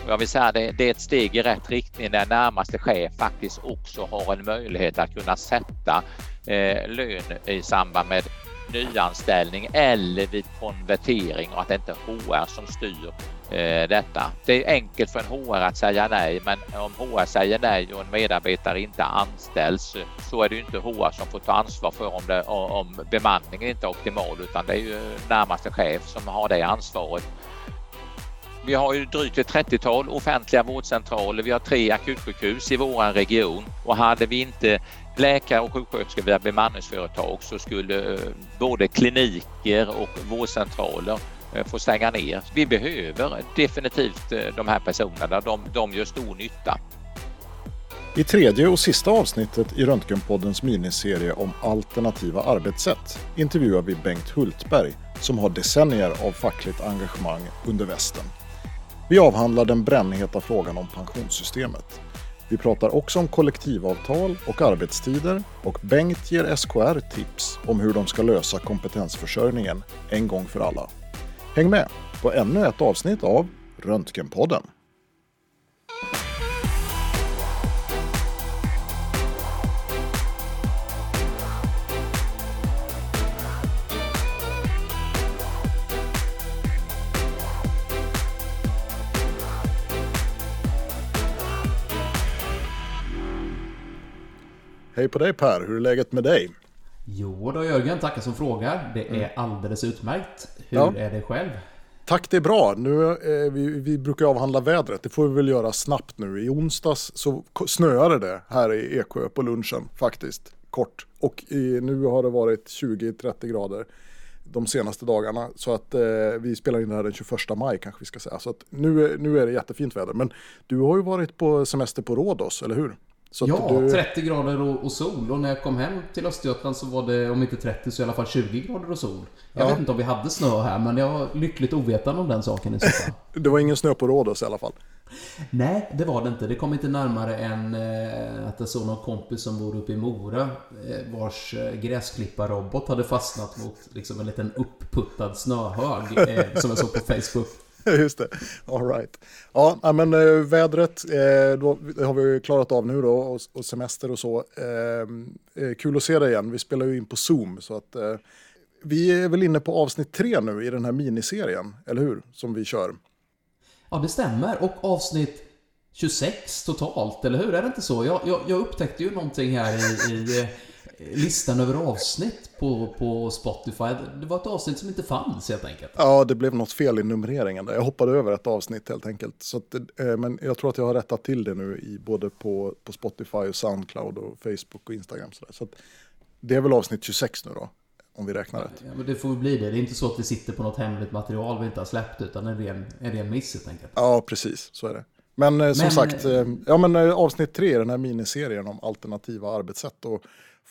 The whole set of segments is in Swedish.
Jag vill säga det är ett steg i rätt riktning när närmaste chef faktiskt också har en möjlighet att kunna sätta lön i samband med nyanställning eller vid konvertering och att det inte är HR som styr detta. Det är enkelt för en HR att säga nej, men om HR säger nej och en medarbetare inte anställs så är det ju inte HR som får ta ansvar för om bemanningen inte är optimal, utan det är ju närmaste chef som har det ansvaret. Vi har ju drygt ett 30-tal offentliga vårdcentraler, vi har 3 akutsjukhus i vår region och hade vi inte läkare och sjuksköterskor via bemanningsföretag så skulle både kliniker och vårdcentraler få stänga ner. Vi behöver definitivt de här personerna, de gör stor nytta. I tredje och sista avsnittet i Röntgenpoddens miniserie om alternativa arbetssätt intervjuar vi Bengt Hultberg som har decennier av fackligt engagemang under västen. Vi avhandlar den brännheta frågan om pensionssystemet. Vi pratar också om kollektivavtal och arbetstider och Bengt ger SKR tips om hur de ska lösa kompetensförsörjningen en gång för alla. Häng med på ännu ett avsnitt av Röntgenpodden. Hej på dig Per, hur är läget med dig? Jo då Jörgen, tackar som frågar. Det är alldeles utmärkt. Hur är det själv? Tack, det är bra. Nu, vi brukar avhandla vädret, det får vi väl göra snabbt nu. I onsdags så snöade det här i Eksjö på lunchen faktiskt, kort. Och nu har det varit 20-30 grader de senaste dagarna. Så att vi spelar in det här den 21 maj kanske vi ska säga. Så att nu är det jättefint väder. Men du har ju varit på semester på Rhodos, eller hur? Så ja, 30 grader och sol. Och när jag kom hem till Östergötland så var det om inte 30 så i alla fall 20 grader och sol. Jag vet inte om vi hade snö här, men jag var lyckligt ovetande om den saken i så fall. Det var ingen snö på Rhodos i alla fall? Nej, det var det inte. Det kom inte närmare än att jag såg någon kompis som bor uppe i Mora vars gräsklipparrobot hade fastnat mot liksom en liten uppputtad snöhög som jag såg på Facebook. Just det, all right. Ja, men vädret då har vi klarat av nu då och semester och så. Kul att se dig igen, vi spelar ju in på Zoom så att vi är väl inne på avsnitt 3 nu i den här miniserien, eller hur? Som vi kör. Ja, det stämmer, och avsnitt 26 totalt, eller hur? Är det inte så? Jag upptäckte ju någonting här i listan över avsnitt på Spotify. Det var ett avsnitt som inte fanns helt enkelt. Ja, det blev något fel i numreringen där. Jag hoppade över ett avsnitt helt enkelt. Så att, men jag tror att jag har rättat till det nu både på Spotify och Soundcloud och Facebook och Instagram. Så att det är väl avsnitt 26 nu då, om vi räknar rätt. Ja, men det får bli det. Det är inte så att vi sitter på något hemligt material vi inte har släppt, utan en ren miss helt enkelt. Ja, precis. Så är det. Men som sagt, avsnitt 3 är den här miniserien om alternativa arbetssätt. Och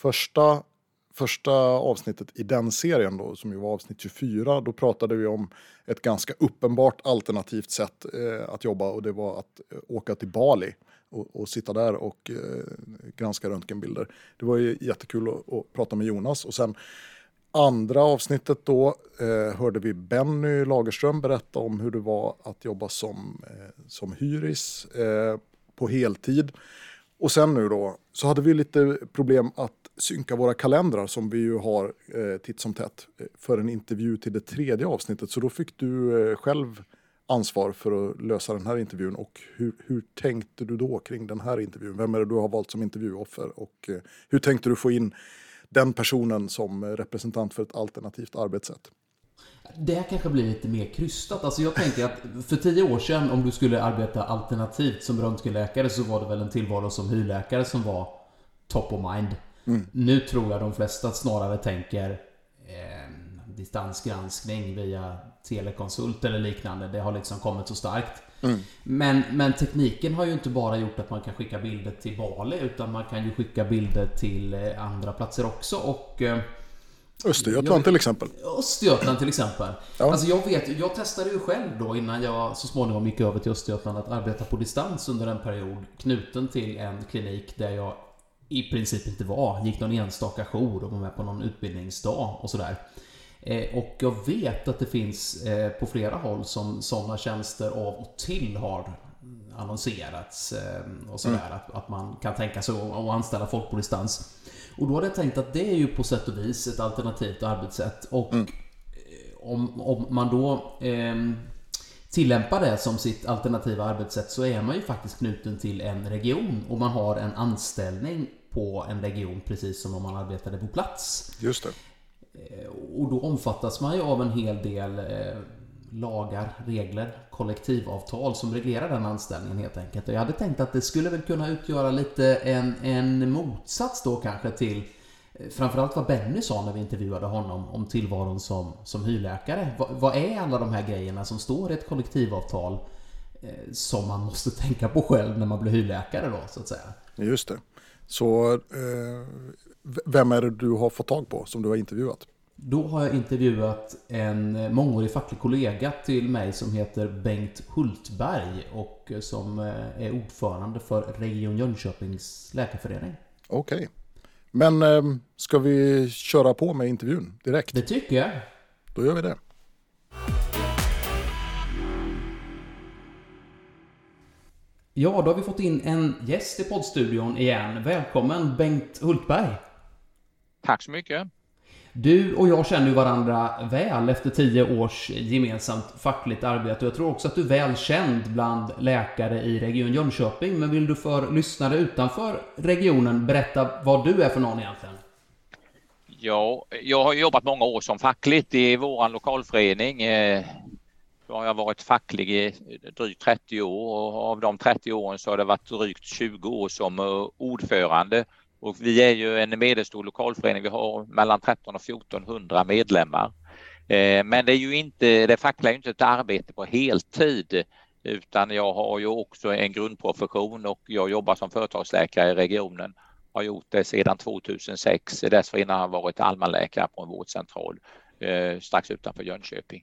första avsnittet i den serien då, som ju var avsnitt 24, då pratade vi om ett ganska uppenbart alternativt sätt att jobba, och det var att åka till Bali och sitta där och granska röntgenbilder. Det var ju jättekul att prata med Jonas. Och sen andra avsnittet då hörde vi Benny Lagerström berätta om hur det var att jobba som hyris på heltid. Och sen nu då så hade vi lite problem att synka våra kalendrar som vi ju har titt som tätt för en intervju till det 3:e avsnittet. Så då fick du själv ansvar för att lösa den här intervjun. Och hur tänkte du då kring den här intervjun? Vem är det du har valt som intervjuoffer? Och hur tänkte du få in den personen som representant för ett alternativt arbetssätt? Det här kanske blir lite mer krystat. Alltså jag tänker att för 10 år sedan, om du skulle arbeta alternativt som röntgenläkare, så var det väl en tillvaro som hyrläkare som var top of mind. Nu tror jag de flesta snarare tänker distansgranskning via telekonsult eller liknande. Det har liksom kommit så starkt. Men tekniken har ju inte bara gjort att man kan skicka bilder till Bali, utan man kan ju skicka bilder till andra platser också. Och Östergötland till exempel. Östergötland till exempel. Ja. Alltså jag testade ju själv då, innan jag så småningom gick över till Östergötland, att arbeta på distans under en period, knuten till en klinik där jag i princip inte gick någon enstaka jour och var med på någon utbildningsdag och sådär. Och jag vet att det finns på flera håll som sådana tjänster av och till har annonserats och sådär, att man kan tänka sig att anställa folk på distans. Och då hade jag tänkt att det är ju på sätt och vis ett alternativt arbetssätt. Och om man då tillämpar det som sitt alternativa arbetssätt, så är man ju faktiskt knuten till en region och man har en anställning på en region precis som om man arbetade på plats. Just det. Och då omfattas man ju av en hel del lagar, regler, kollektivavtal som reglerar den anställningen helt enkelt. Och jag hade tänkt att det skulle väl kunna utgöra lite en motsats då kanske till framförallt vad Benny sa när vi intervjuade honom om tillvaron som hyrläkare. Vad är alla de här grejerna som står i ett kollektivavtal som man måste tänka på själv när man blir hyrläkare då, så att säga? Just det. Så vem är det du har fått tag på som du har intervjuat? Då har jag intervjuat en mångårig facklig kollega till mig som heter Bengt Hultberg och som är ordförande för Region Jönköpings läkarförening. Okej. Men ska vi köra på med intervjun direkt? Det tycker jag. Då gör vi det. Ja, då har vi fått in en gäst i poddstudion igen. Välkommen Bengt Hultberg. Tack så mycket. Du och jag känner ju varandra väl efter 10 års gemensamt fackligt arbete. Jag tror också att du är väl känd bland läkare i Region Jönköping. Men vill du för lyssnare utanför regionen berätta vad du är för någon egentligen? Ja, jag har jobbat många år som fackligt i våran lokalförening. Då har jag varit facklig i drygt 30 år och av de 30 åren så har det varit drygt 20 år som ordförande. Och vi är ju en medelstor lokalförening, vi har mellan 1300 och 1400 medlemmar. Men det fackliga är ju inte ett arbete på heltid, utan jag har ju också en grundprofession och jag jobbar som företagsläkare i regionen. Har gjort det sedan 2006, dessförinnan har jag varit allmänläkare på en vårdcentral strax utanför Jönköping.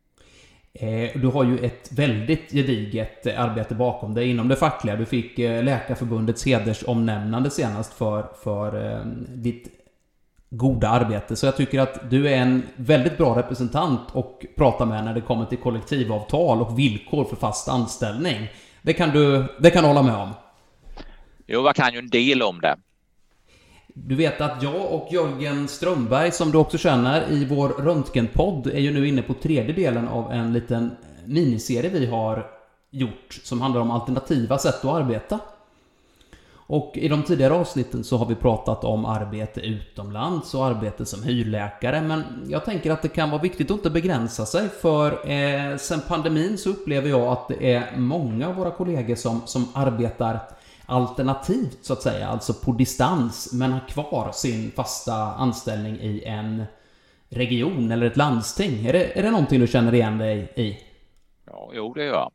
Du har ju ett väldigt gediget arbete bakom dig inom det fackliga. Du fick Läkarförbundets hedersomnämnande senast för ditt goda arbete. Så jag tycker att du är en väldigt bra representant och prata med när det kommer till kollektivavtal och villkor för fast anställning. Det kan du hålla med om. Jo, jag kan ju en del om det. Du vet att jag och Jörgen Strömberg, som du också känner i vår röntgenpodd, är ju nu inne på 3:e delen av en liten miniserie vi har gjort som handlar om alternativa sätt att arbeta. Och i de tidigare avsnitten så har vi pratat om arbete utomlands och arbete som hyrläkare. Men jag tänker att det kan vara viktigt att inte begränsa sig, för sen pandemin så upplever jag att det är många av våra kollegor som arbetar alternativt så att säga, alltså på distans, men har kvar sin fasta anställning i en region eller ett landsting. Är det någonting du känner igen dig i? Ja, jo, det gör jag.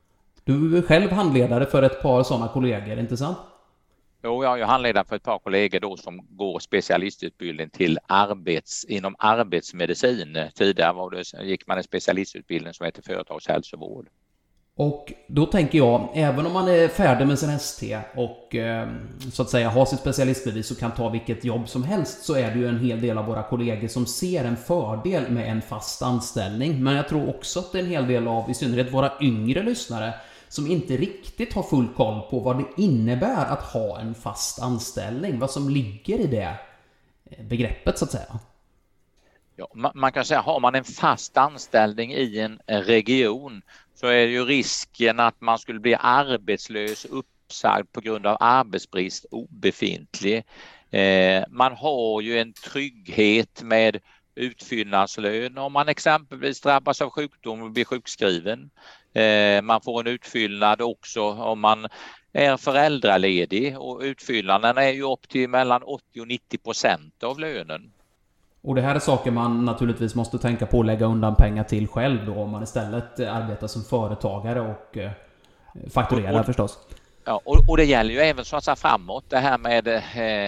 Du är själv handledare för ett par sådana kollegor, inte sant? Jo, jag är handledare för ett par kollegor då som går specialistutbildning till inom arbetsmedicin. Tidigare gick man en specialistutbildning som heter företagshälsovård. Och då tänker jag, även om man är färdig med sin ST och så att säga har sitt specialistbevis och kan ta vilket jobb som helst, så är det ju en hel del av våra kollegor som ser en fördel med en fast anställning. Men jag tror också att det är en hel del av, i synnerhet våra yngre lyssnare, som inte riktigt har full koll på vad det innebär att ha en fast anställning. Vad som ligger i det begreppet så att säga. Ja, man kan säga, har man en fast anställning i en region så är ju risken att man skulle bli arbetslös, uppsagd på grund av arbetsbrist obefintlig. Man har ju en trygghet med utfyllnadslön om man exempelvis drabbas av sjukdom och blir sjukskriven. Man får en utfyllnad också om man är föräldraledig, och utfyllnaden är ju upp till mellan 80 och 90% av lönen. Och det här är saker man naturligtvis måste tänka på att lägga undan pengar till själv då, om man istället arbetar som företagare och fakturerar förstås. Ja, och det gäller ju även så att säga framåt. Det här med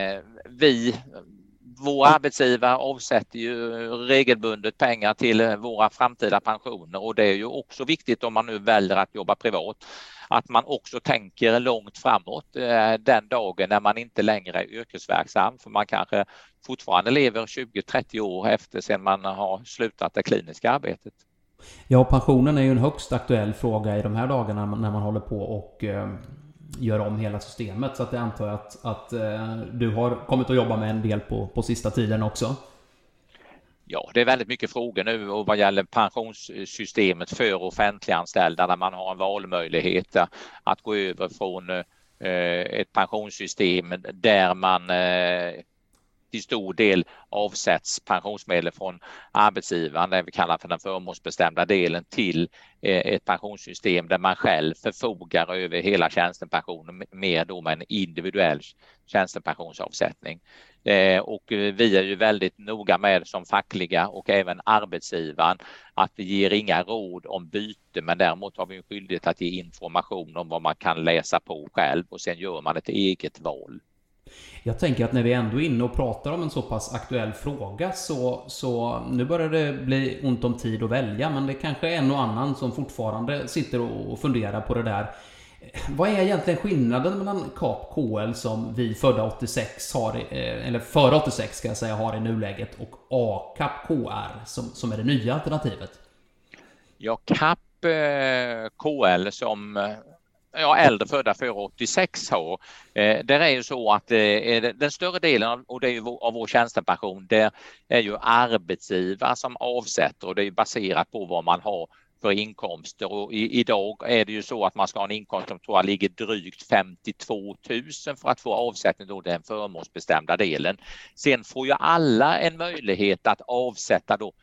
vår arbetsgivare avsätter ju regelbundet pengar till våra framtida pensioner, och det är ju också viktigt om man nu väljer att jobba privat, att man också tänker långt framåt den dagen när man inte längre är yrkesverksam, för man kanske fortfarande lever 20-30 år efter sedan man har slutat det kliniska arbetet. Ja, pensionen är ju en högst aktuell fråga i de här dagarna när man håller på och gör om hela systemet. Så att jag antar att du har kommit att jobba med en del på sista tiden också. Ja, det är väldigt mycket frågor nu och vad gäller pensionssystemet för offentliganställda där man har en valmöjlighet att gå över från ett pensionssystem där man till stor del avsätts pensionsmedel från arbetsgivaren, det vi kallar för den förmånsbestämda delen, till ett pensionssystem där man själv förfogar över hela tjänstepensionen mer då med en individuell tjänstepensionsavsättning. Och vi är ju väldigt noga med som fackliga och även arbetsgivaren att vi ger inga råd om byte, men däremot har vi en skyldighet att ge information om vad man kan läsa på själv och sen gör man ett eget val. Jag tänker att när vi ändå är inne och pratar om en så pass aktuell fråga så nu börjar det bli ont om tid att välja, men det kanske är en och annan som fortfarande sitter och funderar på det där. Vad är egentligen skillnaden mellan KAP KL som vi födda 86 har, eller före 86 ska jag säga, har i nuläget och AKAP KR som är det nya alternativet? Ja, KAP KL som äldre födda före 86 har. Där är ju så att den större delen och det är ju av vår tjänstepension, det är ju arbetsgivare som avsätter och det är baserat på vad man har för inkomster och idag är det ju så att man ska ha en inkomst som tror jag ligger drygt 52 000 för att få avsättning då den förmånsbestämda delen. Sen får ju alla en möjlighet att avsätta då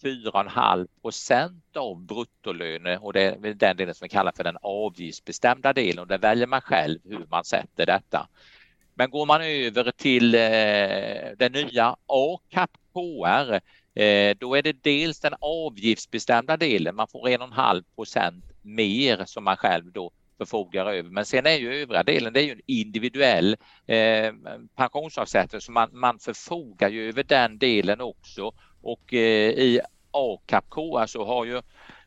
4,5% av bruttolönen och det är den delen som vi kallar för den avgiftsbestämda delen och där väljer man själv hur man sätter detta. Men går man över till den nya AKAP KR då är det dels den avgiftsbestämda delen, man får 1,5% mer som man själv då förfogar över. Men sen är ju övriga delen, det är ju en individuell pensionsavsättning så man förfogar ju över den delen också. Och i AKAP KR så har ju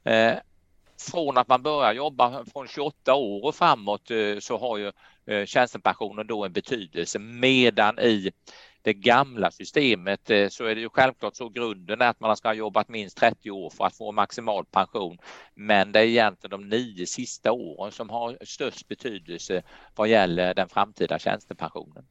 från att man börjar jobba från 28 år och framåt så har ju tjänstepensionen då en betydelse, medan i det gamla systemet så är det ju självklart så grunden är att man ska ha jobbat minst 30 år för att få maximal pension. Men det är egentligen de 9 sista åren som har störst betydelse vad gäller den framtida tjänstepensionen.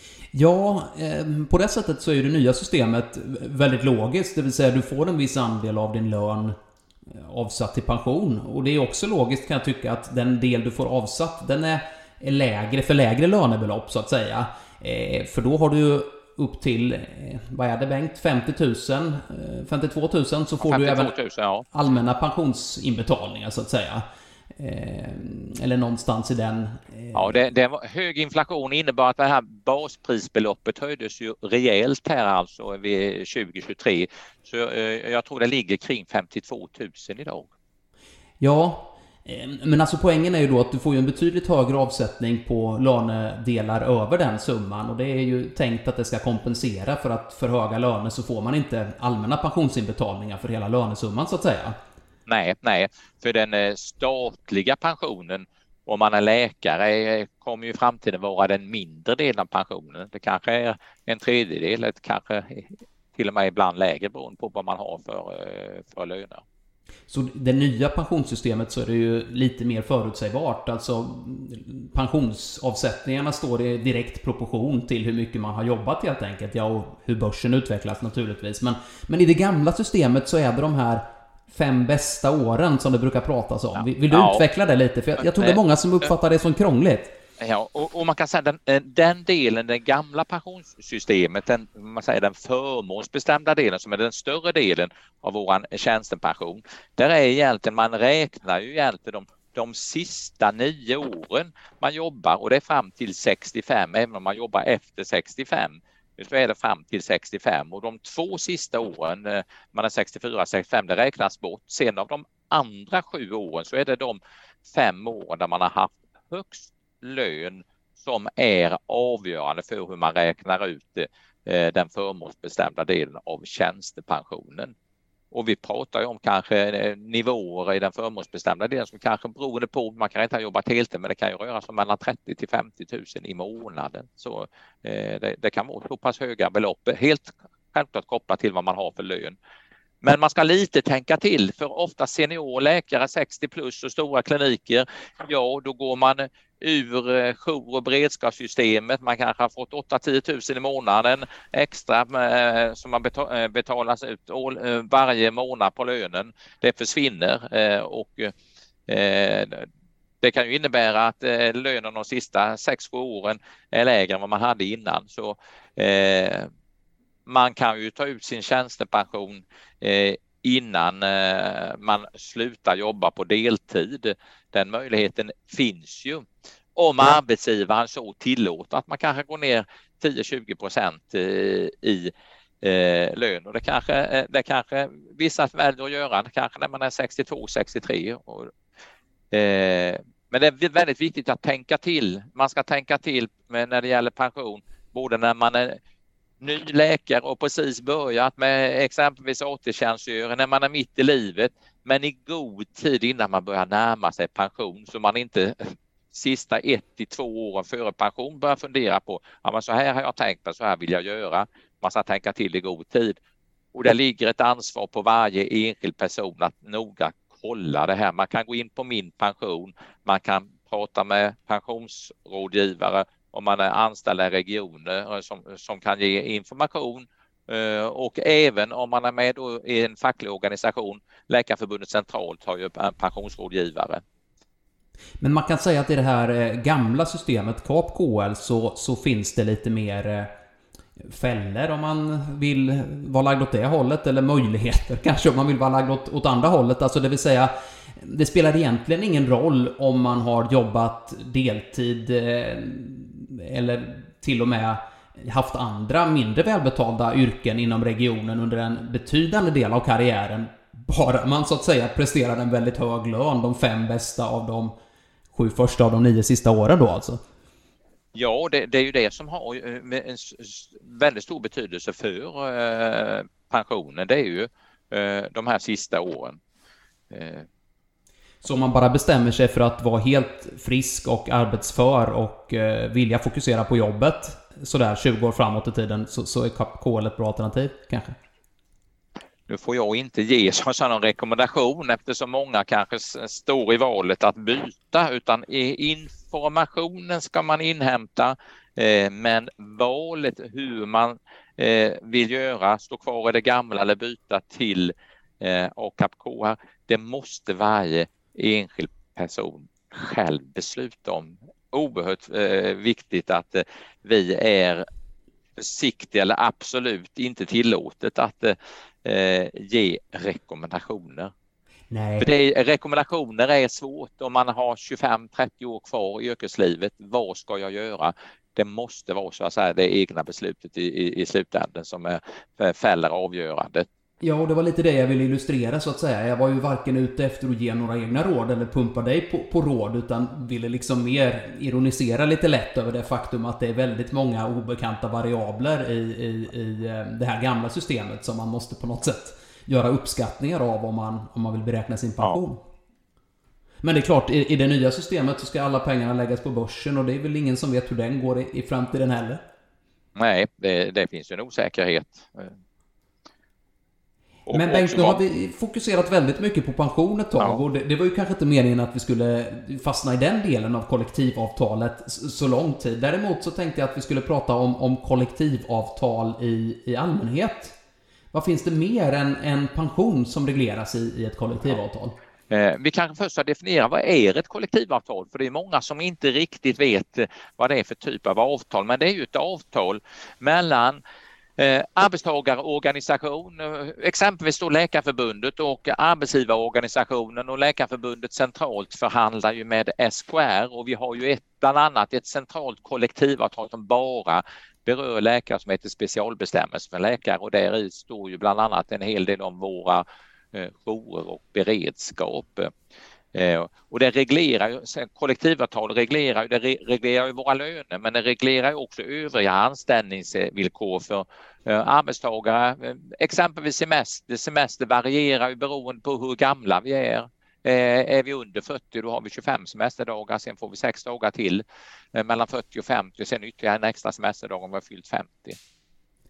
Ja, på det sättet så är det nya systemet väldigt logiskt. Det vill säga du får en viss andel av din lön avsatt till pension. Och det är också logiskt kan jag tycka att den del du får avsatt den är lägre för lägre lönebelopp så att säga. För då har du upp till, vad är det Bengt? 50 000, 52 000 så får du även allmänna pensionsinbetalningar så att säga. Eller någonstans i den. Ja, det var hög inflation innebar att det här basprisbeloppet höjdes ju rejält här alltså vid 2023. Så jag tror det ligger kring 52 000 idag. Ja, men alltså poängen är ju då att du får ju en betydligt högre avsättning på lönedelar över den summan och det är ju tänkt att det ska kompensera för att för höga löner så får man inte allmänna pensionsinbetalningar för hela lönesumman så att säga. Nej, för den statliga pensionen om man är läkare kommer ju i framtiden vara den mindre delen av pensionen. Det kanske är en tredjedel, eller kanske till och med ibland lägre beroende på vad man har för löner. Så det nya pensionssystemet så är det ju lite mer förutsägbart. Alltså pensionsavsättningarna står i direkt proportion till hur mycket man har jobbat helt enkelt. Ja, och hur börsen utvecklas naturligtvis. Men i det gamla systemet så är det de här 5 bästa åren som det brukar pratas om. Vill du utveckla det lite? För jag tror det är många som uppfattar det som krångligt. Ja, och man kan säga den delen, det gamla pensionssystemet, den förmånsbestämda delen som är den större delen av våran tjänstepension, där är egentligen, man räknar ju egentligen de sista 9 åren man jobbar och det är fram till 65, även om man jobbar efter 65. Så är det fram till 65 och de 2 sista åren, man är 64-65, det räknas bort. Sen av de andra 7 åren så är det de 5 åren där man har haft högst lön som är avgörande för hur man räknar ut den förmånsbestämda delen av tjänstepensionen. Och vi pratar ju om kanske nivåer i den förmånsbestämda delen som kanske beroende på, man kan inte ha jobbat heltid men det kan ju röra sig om mellan 30 till 50 000 i månaden. Så det kan vara så pass höga belopp, helt självklart kopplat till vad man har för lön. Men man ska lite tänka till, för ofta seniorläkare 60 plus och stora kliniker, ja då går man ur jour- och beredskapssystemet. Man kanske har fått 8-10 000 i månaden extra som man betalas ut varje månad på lönen. Det försvinner och det kan ju innebära att lönen de sista 6-7 åren är lägre än vad man hade innan. Så man kan ju ta ut sin tjänstepension innan man slutar jobba på deltid. Den möjligheten finns ju. Om arbetsgivaren så tillåter att man kanske går ner 10-20% i lön. Och det kanske vissa väljer att göra, kanske när man är 62-63. Men det är väldigt viktigt att tänka till. Man ska tänka till när det gäller pension, både när man är ny läkare och precis börjat med exempelvis AT-tjänstgöring, när man är mitt i livet, men i god tid innan man börjar närma sig pension, så man inte sista 1-2 åren före pension börjar fundera på men så här har jag tänkt mig, så här vill jag göra. Man ska tänka till i god tid. Och det ligger ett ansvar på varje enskild person att noga kolla det här. Man kan gå in på Min pension, man kan prata med pensionsrådgivare om man är anställd i regioner som kan ge information, och även om man är med i en facklig organisation. Läkarförbundet centralt har ju en pensionsrådgivare. Men man kan säga att i det här gamla systemet KAP KL så finns det lite mer fällor om man vill vara lagd åt det hållet, eller möjligheter kanske om man vill vara lagd åt andra hållet. Alltså det vill säga, det spelar egentligen ingen roll om man har jobbat deltid eller till och med haft andra mindre välbetalda yrken inom regionen under en betydande del av karriären. Bara man så att säga presterar en väldigt hög lön de 5 bästa av de 7 första av de 9 sista åren då alltså. Ja, det är ju det som har en väldigt stor betydelse för pensionen. Det är ju de här sista åren. Så om man bara bestämmer sig för att vara helt frisk och arbetsför och vilja fokusera på jobbet sådär 20 år framåt i tiden, så är KL ett bra alternativ kanske? Nu får jag inte ge sån rekommendation eftersom många kanske står i valet att byta, utan informationen ska man inhämta, men valet hur man vill göra, stå kvar i det gamla eller byta till AKAP-KR, det måste varje enskild person själv besluta om. Oerhört viktigt att vi är försiktiga, eller absolut inte tillåtet att ge rekommendationer. Nej. För rekommendationer är svårt om man har 25-30 år kvar i yrkeslivet. Vad ska jag göra? Det måste vara så att säga det egna beslutet i slutändan som fäller avgörandet. Ja, och det var lite det jag ville illustrera så att säga. Jag var ju varken ute efter att ge några egna råd eller pumpa dig på råd, utan ville liksom mer ironisera lite lätt över det faktum att det är väldigt många obekanta variabler i det här gamla systemet som man måste på något sätt göra uppskattningar av om man vill beräkna sin pension. Ja. Men det är klart, i det nya systemet så ska alla pengarna läggas på börsen, och det är väl ingen som vet hur den går i framtiden heller. Nej, det finns ju en osäkerhet. Men Bengt, nu har vi fokuserat väldigt mycket på pension ett tag, och det var ju kanske inte meningen att vi skulle fastna i den delen av kollektivavtalet så lång tid. Däremot så tänkte jag att vi skulle prata om kollektivavtal i allmänhet. Vad finns det mer än pension som regleras i ett kollektivavtal? Vi kanske först ska definiera vad är ett kollektivavtal, för det är många som inte riktigt vet vad det är för typ av avtal, men det är ju ett avtal mellan arbetstagarorganisation, exempelvis då Läkarförbundet, och arbetsgivarorganisationen, och Läkarförbundet centralt förhandlar ju med SKR, och vi har ju bland annat ett centralt kollektivavtal som bara berör läkare som heter specialbestämmelser för läkare, och där i står ju bland annat en hel del om våra jourer och beredskap. Och det reglerar ju, kollektivavtal reglerar ju våra löner, men det reglerar ju också övriga anställningsvillkor för arbetstagare. Exempelvis semester varierar ju beroende på hur gamla vi är. Är vi under 40 då har vi 25 semesterdagar, sen får vi 6 dagar till mellan 40 och 50, sen ytterligare en extra semesterdag om vi har fyllt 50.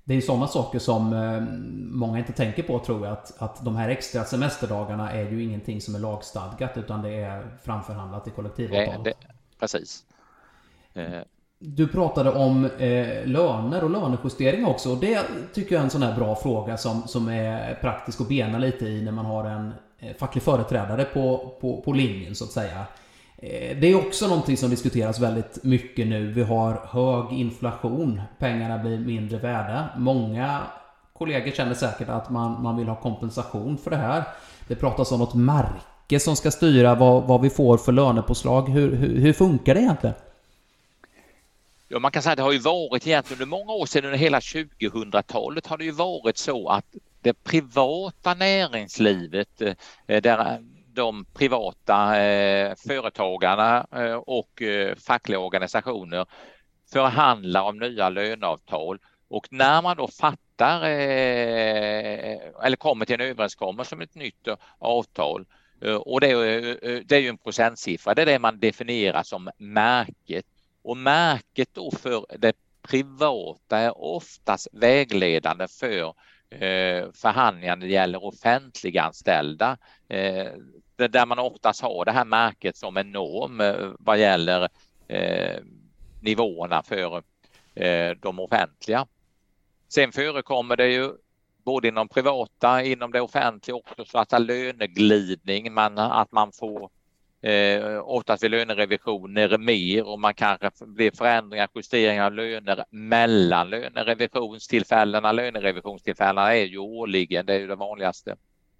Det är sådana saker som många inte tänker på, tror jag, att de här extra semesterdagarna är ju ingenting som är lagstadgat, utan det är framförhandlat i kollektivavtal. Precis. Du pratade om löner och lönejustering också, och det tycker jag är en sån här bra fråga som är praktisk att bena lite i när man har en facklig företrädare på linjen, så att säga. Det är också någonting som diskuteras väldigt mycket nu. Vi har hög inflation, pengarna blir mindre värda. Många kollegor känner säkert att man vill ha kompensation för det här. Det pratas om något märke som ska styra vad vi får för lönepåslag. Hur funkar det egentligen? Ja, man kan säga att det har ju varit egentligen under många år sedan, under hela 2000-talet har det ju varit så att det privata näringslivet, där de privata företagarna och fackliga organisationer förhandlar om nya löneavtal, och när man då fattar eller kommer till en överenskommelse om ett nytt avtal, och det är ju en procentsiffra, det är det man definierar som märket, och märket då för det privata är oftast vägledande för förhandlingar när det gäller offentliganställda, där man oftast har det här märket som en norm vad gäller nivåerna för de offentliga. Sen förekommer det ju både inom privata, inom det offentliga också, så att löneglidning, att man får oftast vid lönerevisioner mer, och man kanske blir förändringar, justeringar av löner mellan lönerevisionstillfällena. Lönerevisionstillfällena är ju årligen, det är ju det vanligaste.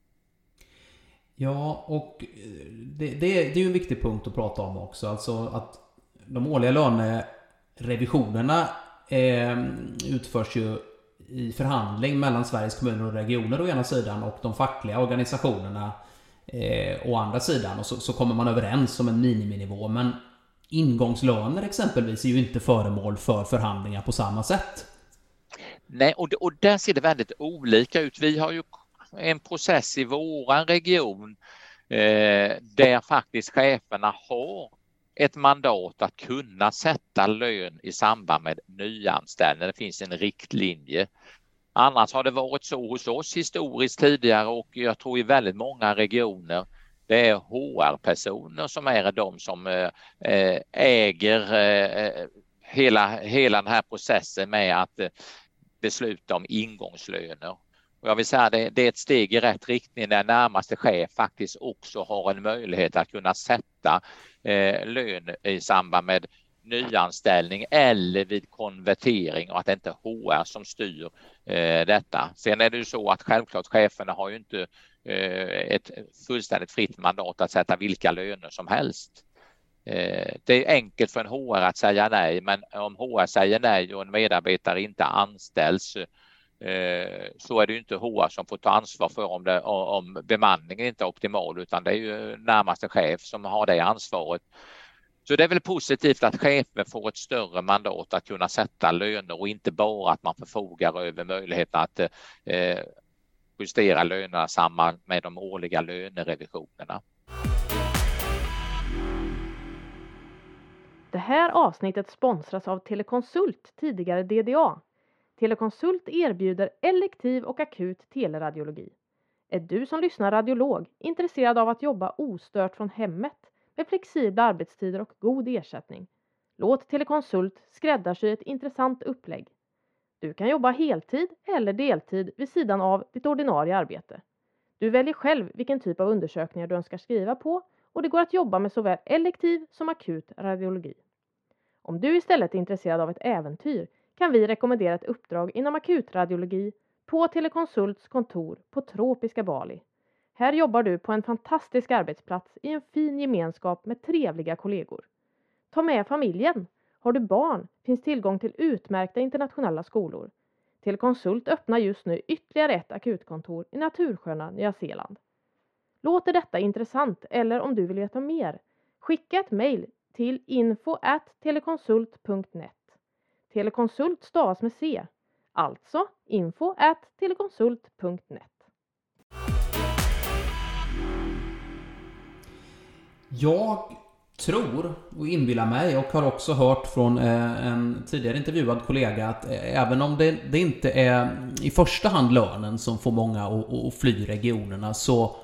Ja, och det är ju en viktig punkt att prata om också. Alltså att de årliga lönerevisionerna utförs ju i förhandling mellan Sveriges kommuner och regioner å ena sidan och de fackliga organisationerna å andra sidan, och så kommer man överens om en miniminivå. Men ingångslöner exempelvis är ju inte föremål för förhandlingar på samma sätt. Nej, och där ser det väldigt olika ut. Vi har ju en process i våran region där faktiskt cheferna har ett mandat att kunna sätta lön i samband med nyanställning. Det finns en riktlinje. Annars har det varit så hos oss historiskt tidigare, och jag tror i väldigt många regioner det är HR-personer som är de som äger hela den här processen med att besluta om ingångslöner. Och jag vill säga det är ett steg i rätt riktning när närmaste chef faktiskt också har en möjlighet att kunna sätta lön i samband med nyanställning eller vid konvertering, och att det inte är HR som styr detta. Sen är det ju så att självklart cheferna har ju inte ett fullständigt fritt mandat att sätta vilka löner som helst. Det är enkelt för en HR att säga nej, men om HR säger nej och en medarbetare inte anställs, så är det ju inte HR som får ta ansvar för om bemanningen inte är optimal, utan det är ju närmaste chef som har det ansvaret. Så det är väl positivt att chefen får ett större mandat att kunna sätta löner, och inte bara att man förfogar över möjligheten att justera lönerna samman med de årliga lönerevisionerna. Det här avsnittet sponsras av Teleconsult, tidigare DDA. Teleconsult erbjuder elektiv och akut teleradiologi. Är du som lyssnar radiolog intresserad av att jobba ostört från hemmet med flexibla arbetstider och god ersättning? Låt Teleconsult skräddarsy ett intressant upplägg. Du kan jobba heltid eller deltid vid sidan av ditt ordinarie arbete. Du väljer själv vilken typ av undersökningar du önskar skriva på, och det går att jobba med såväl elektiv som akut radiologi. Om du istället är intresserad av ett äventyr kan vi rekommendera ett uppdrag inom akutradiologi på Teleconsults kontor på tropiska Bali. Här jobbar du på en fantastisk arbetsplats i en fin gemenskap med trevliga kollegor. Ta med familjen. Har du barn finns tillgång till utmärkta internationella skolor. Teleconsult öppnar just nu ytterligare ett akutkontor i natursköna Nya Zeeland. Låter detta intressant, eller om du vill veta mer, skicka ett mejl till info@teleconsult.net. Teleconsult stavas med C, alltså info@teleconsult.net. Jag tror och inbillar mig, och har också hört från en tidigare intervjuad kollega, att även om det inte är i första hand lönen som får många att fly regionerna, så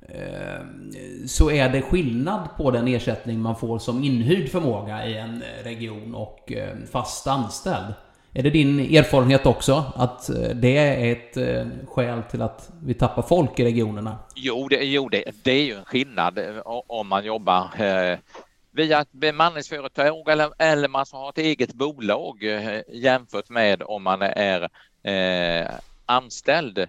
är det skillnad på den ersättning man får som inhyrd förmåga i en region och fast anställd. Är det din erfarenhet också att det är ett skäl till att vi tappar folk i regionerna? Jo, det är ju en skillnad om man jobbar via ett bemanningsföretag eller man har ett eget bolag jämfört med om man är anställd.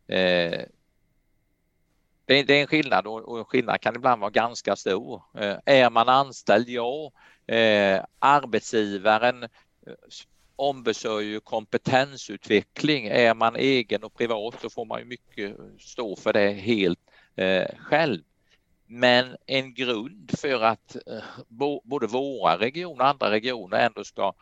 Det är en skillnad, och skillnad kan ibland vara ganska stor. Är man anställd, ja, arbetsgivaren ombesörjer kompetensutveckling. Är man egen och privat så får man ju mycket stå för det helt själv. Men en grund för att både våra regioner och andra regioner ändå ska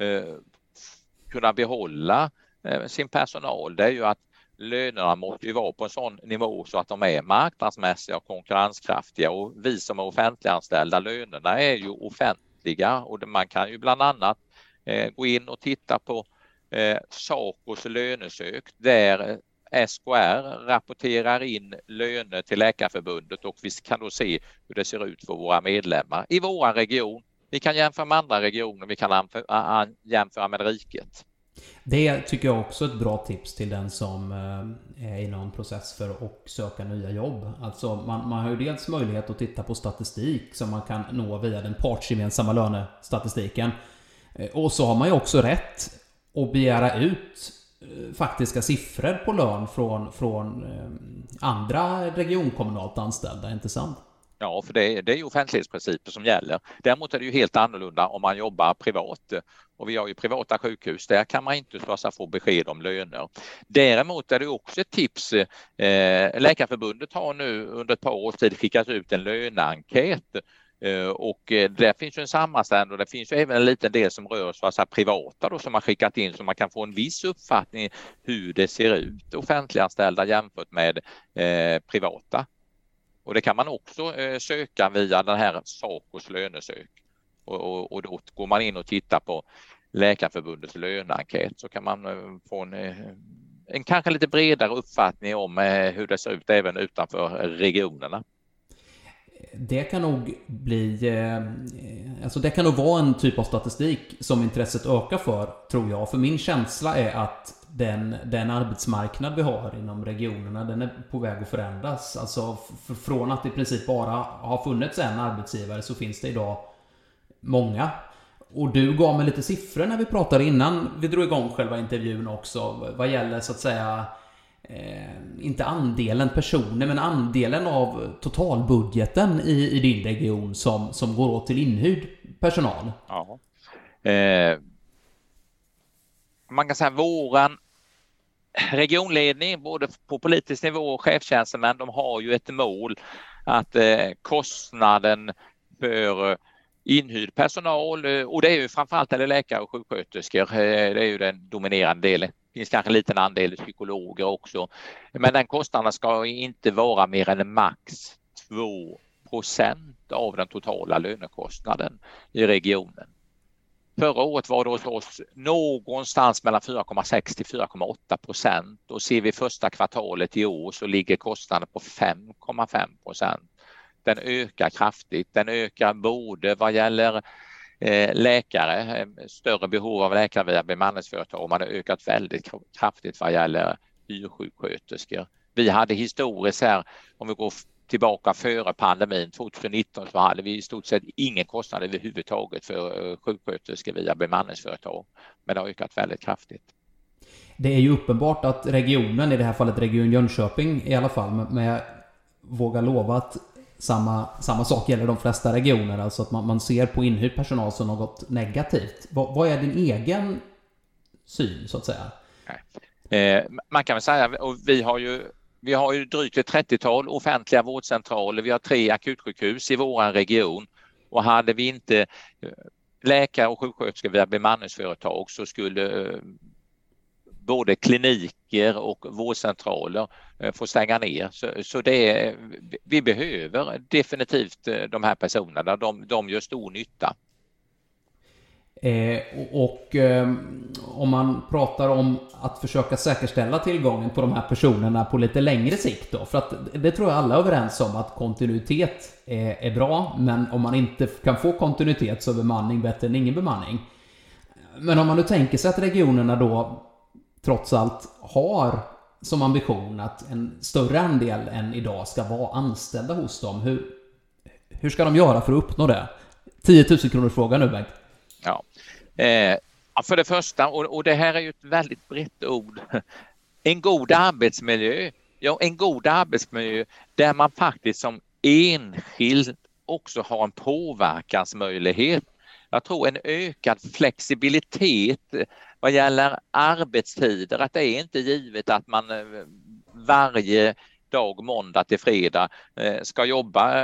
kunna behålla sin personal, det är ju att lönerna måste ju vara på en sån nivå så att de är marknadsmässiga och konkurrenskraftiga. Och vi som är offentliganställda, lönerna är ju offentliga, och man kan ju bland annat gå in och titta på SACOs lönesök där SKR rapporterar in löner till Läkarförbundet, och vi kan då se hur det ser ut för våra medlemmar i vår region. Vi kan jämföra med andra regioner, vi kan jämföra med riket. Det tycker jag också är ett bra tips till den som är i någon process för att söka nya jobb. Alltså man har ju dels möjlighet att titta på statistik som man kan nå via den partsgemensamma lönestatistiken. Och så har man ju också rätt att begära ut faktiska siffror på lön från andra regionkommunalt anställda, inte sant? Ja, för det är ju offentlighetsprinciper som gäller. Däremot är det ju helt annorlunda om man jobbar privat. Och vi har ju privata sjukhus, där kan man inte få besked om löner. Däremot är det också ett tips. Läkarförbundet har nu under ett par års tid skickat ut en löneenkät. Och där finns ju en sammanställning, och det finns ju även en liten del som rör så att privata då, som har skickat in, så man kan få en viss uppfattning hur det ser ut offentliganställda jämfört med privata. Och det kan man också söka via den här SACOs lönesök. Och då går man in och tittar på Läkarförbundets löneenkät, så kan man få en kanske lite bredare uppfattning om hur det ser ut även utanför regionerna. Det kan nog det kan nog vara en typ av statistik som intresset ökar för, tror jag. För min känsla är att den arbetsmarknad vi har inom regionerna, den är på väg att förändras. Alltså från att i princip bara har funnits en arbetsgivare, så finns det idag många. Och du gav mig lite siffror när vi pratade innan vi drog igång själva intervjun också, vad gäller så att säga inte andelen personer, men andelen av totalbudgeten i din region som går åt till inhyrd personal. Ja. Man kan säga våran regionledning, både på politisk nivå och chefstjänstemän, de har ju ett mål att kostnaden för inhyrd personal, och det är ju framförallt läkare och sjuksköterskor, det är ju den dominerande delen. Det finns kanske en liten andel psykologer också. Men den kostnaden ska inte vara mer än max 2% av den totala lönekostnaden i regionen. Förra året var det hos oss någonstans mellan 4,6 till 4,8%. Och ser vi första kvartalet i år så ligger kostnaden på 5,5%. Den ökar kraftigt. Den ökar både vad gäller läkare, större behov av läkare via bemanningsföretag. Man har ökat väldigt kraftigt vad gäller hyrsjuksköterskor. Vi hade historiskt här, om vi går tillbaka före pandemin 2019, så hade vi i stort sett ingen kostnad överhuvudtaget för sjuksköterskor via bemanningsföretag. Men det har ökat väldigt kraftigt. Det är ju uppenbart att regionen, i det här fallet Region Jönköping i alla fall, men jag vågar lova att samma sak gäller de flesta regioner, alltså att man ser på inhyrd personal som något negativt. Vad är din egen syn, så att säga? Man kan väl säga, och vi har ju drygt ett 30-tal offentliga vårdcentraler, vi har 3 akutsjukhus i vår region, och hade vi inte läkare och sjuksköterskor via bemanningsföretag så skulle både kliniker och vårdcentraler får stänga ner. Så vi behöver definitivt de här personerna. De gör stor nytta. Om man pratar om att försöka säkerställa tillgången på de här personerna på lite längre sikt då, för att det tror jag alla är överens om att kontinuitet är bra, men om man inte kan få kontinuitet så är bemanning bättre än ingen bemanning. Men om man nu tänker sig att regionerna då trots allt har som ambition att en större andel än idag ska vara anställda hos dem, hur ska de göra för att uppnå det? 10 000 kronors fråga nu, Bengt. Ja, för det första, och det här är ju ett väldigt brett ord, en god arbetsmiljö. Ja, en god arbetsmiljö där man faktiskt som enskild också har en påverkansmöjlighet. Jag tror en ökad flexibilitet vad gäller arbetstider, att det är inte givet att man varje dag måndag till fredag ska jobba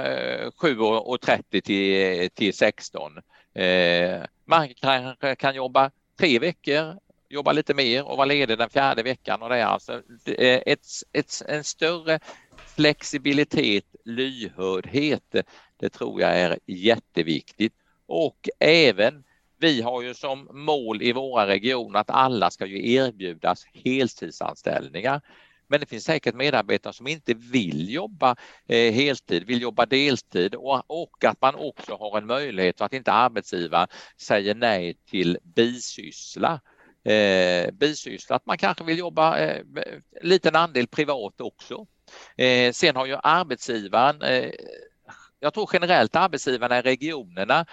7:30 till 16. Man kan jobba 3 veckor, jobba lite mer och vara ledig den 4:e veckan. Och det är alltså en större flexibilitet, lyhördhet, det tror jag är jätteviktigt. Och även vi har ju som mål i våra regioner att alla ska ju erbjudas heltidsanställningar. Men det finns säkert medarbetare som inte vill jobba heltid, vill jobba deltid och att man också har en möjlighet så att inte arbetsgivaren säger nej till bisyssla. Att man kanske vill jobba liten andel privat också. Sen har ju arbetsgivaren, jag tror generellt arbetsgivarna i regionerna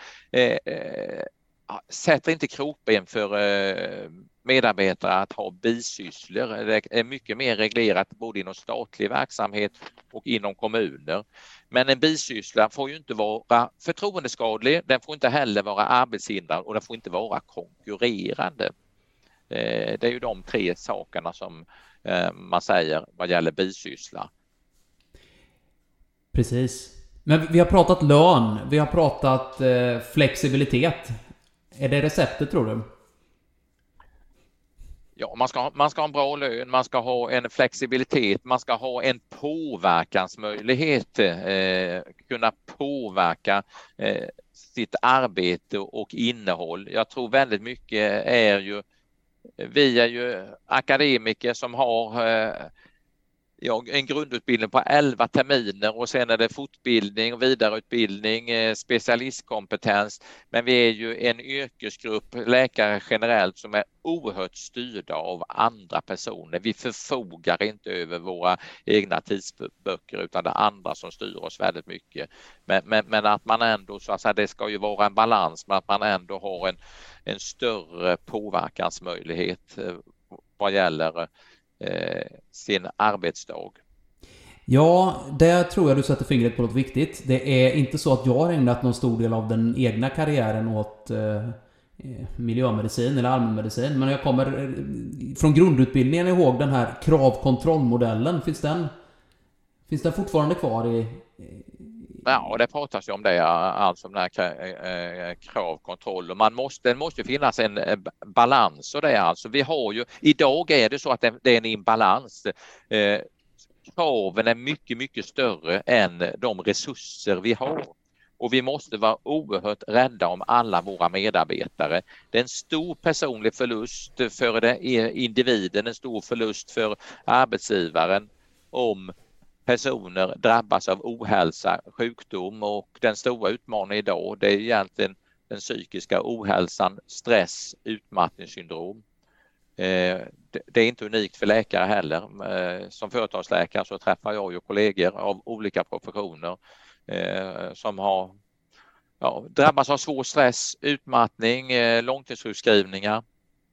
sätter inte krokben för medarbetare att ha bisysslor. Det är mycket mer reglerat både inom statlig verksamhet och inom kommuner. Men en bisyssla får ju inte vara förtroendeskadlig, den får inte heller vara arbetshindrande och den får inte vara konkurrerande. Det är ju de 3 sakerna som man säger vad gäller bisyssla. Precis. Men vi har pratat lön, vi har pratat flexibilitet. Är det receptet, tror du? Ja, man ska ha en bra lön, man ska ha en flexibilitet, man ska ha en påverkansmöjlighet, kunna påverka sitt arbete och innehåll. Jag tror väldigt mycket vi är ju akademiker som har en grundutbildning på 11 terminer och sen är det fortbildning och vidareutbildning, specialistkompetens. Men vi är ju en yrkesgrupp, läkare generellt, som är oerhört styrda av andra personer. Vi förfogar inte över våra egna tidsböcker utan det är andra som styr oss väldigt mycket. Men att man ändå, så att säga, det ska ju vara en balans, men att man ändå har en större påverkansmöjlighet vad gäller sin arbetsdag. Ja, det tror jag du sätter fingret på något viktigt. Det är inte så att jag har ägnat någon stor del av den egna karriären åt miljömedicin eller allmänmedicin, men jag kommer från grundutbildningen ihåg den här kravkontrollmodellen. Finns den fortfarande kvar i? Ja, det pratas ju om det, alltså om den här kravkontroll. Och det måste finnas en balans och det alltså. Vi har ju, idag är det så att det är en imbalans. Kraven är mycket, mycket större än de resurser vi har. Och vi måste vara oerhört rädda om alla våra medarbetare. Det är en stor personlig förlust för individen, en stor förlust för arbetsgivaren om personer drabbas av ohälsa, sjukdom, och den stora utmaningen idag, det är egentligen den psykiska ohälsan, stress, utmattningssyndrom. Det är inte unikt för läkare heller. Som företagsläkare så träffar jag ju kollegor av olika professioner som har drabbats av svår stress, utmattning, långtidssjukskrivningar.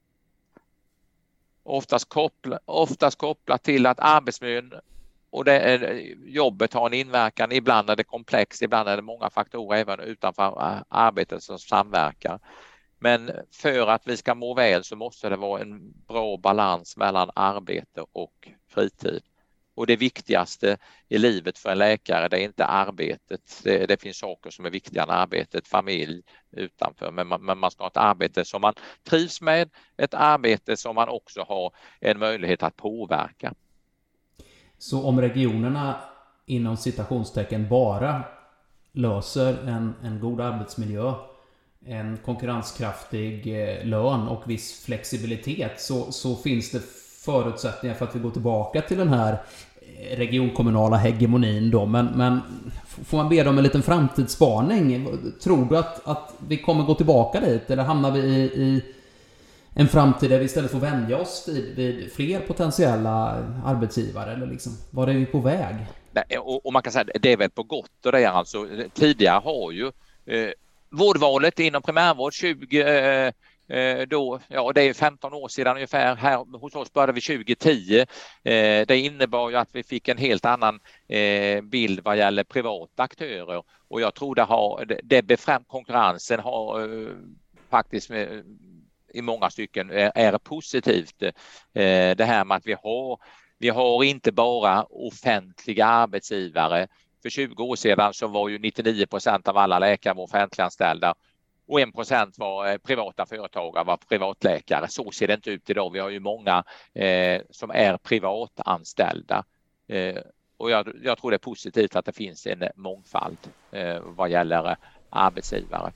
Oftast kopplat till att arbetsmiljön och jobbet har en inverkan. Ibland är det komplext, ibland är det många faktorer även utanför arbetet som samverkar. Men för att vi ska må väl så måste det vara en bra balans mellan arbete och fritid. Och det viktigaste i livet för en läkare, det är inte arbetet. Det finns saker som är viktigare än arbetet, familj utanför. Men man ska ha ett arbete som man trivs med, ett arbete som man också har en möjlighet att påverka. Så om regionerna inom citationstecken bara löser en god arbetsmiljö, en konkurrenskraftig lön och viss flexibilitet, så finns det förutsättningar för att vi går tillbaka till den här regionkommunala hegemonin då. Men får man be om en liten framtidsspaning? Tror du att vi kommer gå tillbaka dit, eller hamnar vi i en framtid där vi istället får vänja oss vid fler potentiella arbetsgivare, eller liksom, var är vi på väg? Och man kan säga att det är väl på gott, och det är alltså tidigare har ju vårdvalet inom primärvård 20 då, ja, det är 15 år sedan ungefär. Här hos oss började vi 2010. Det innebar ju att vi fick en helt annan bild vad gäller privata aktörer, och jag tror konkurrensen har faktiskt i många stycken är positivt. Det här med att vi har inte bara offentliga arbetsgivare. För 20 år sedan så var ju 99% av alla läkare var offentliganställda och 1% var privata företagare, var privatläkare. Så ser det inte ut idag. Vi har ju många som är privatanställda. Och jag tror det är positivt att det finns en mångfald vad gäller arbetsgivare.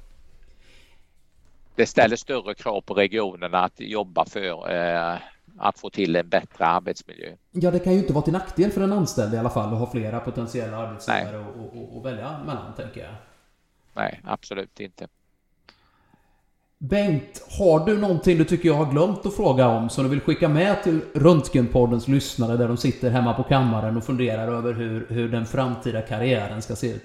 Det ställer större krav på regionerna att jobba för att få till en bättre arbetsmiljö. Ja, det kan ju inte vara till nackdel för en anställd i alla fall att ha flera potentiella arbetsgivare och välja mellan, tänker jag. Nej, absolut inte. Bengt, har du någonting du tycker jag har glömt att fråga om som du vill skicka med till Röntgenpoddens lyssnare där de sitter hemma på kammaren och funderar över hur den framtida karriären ska se ut?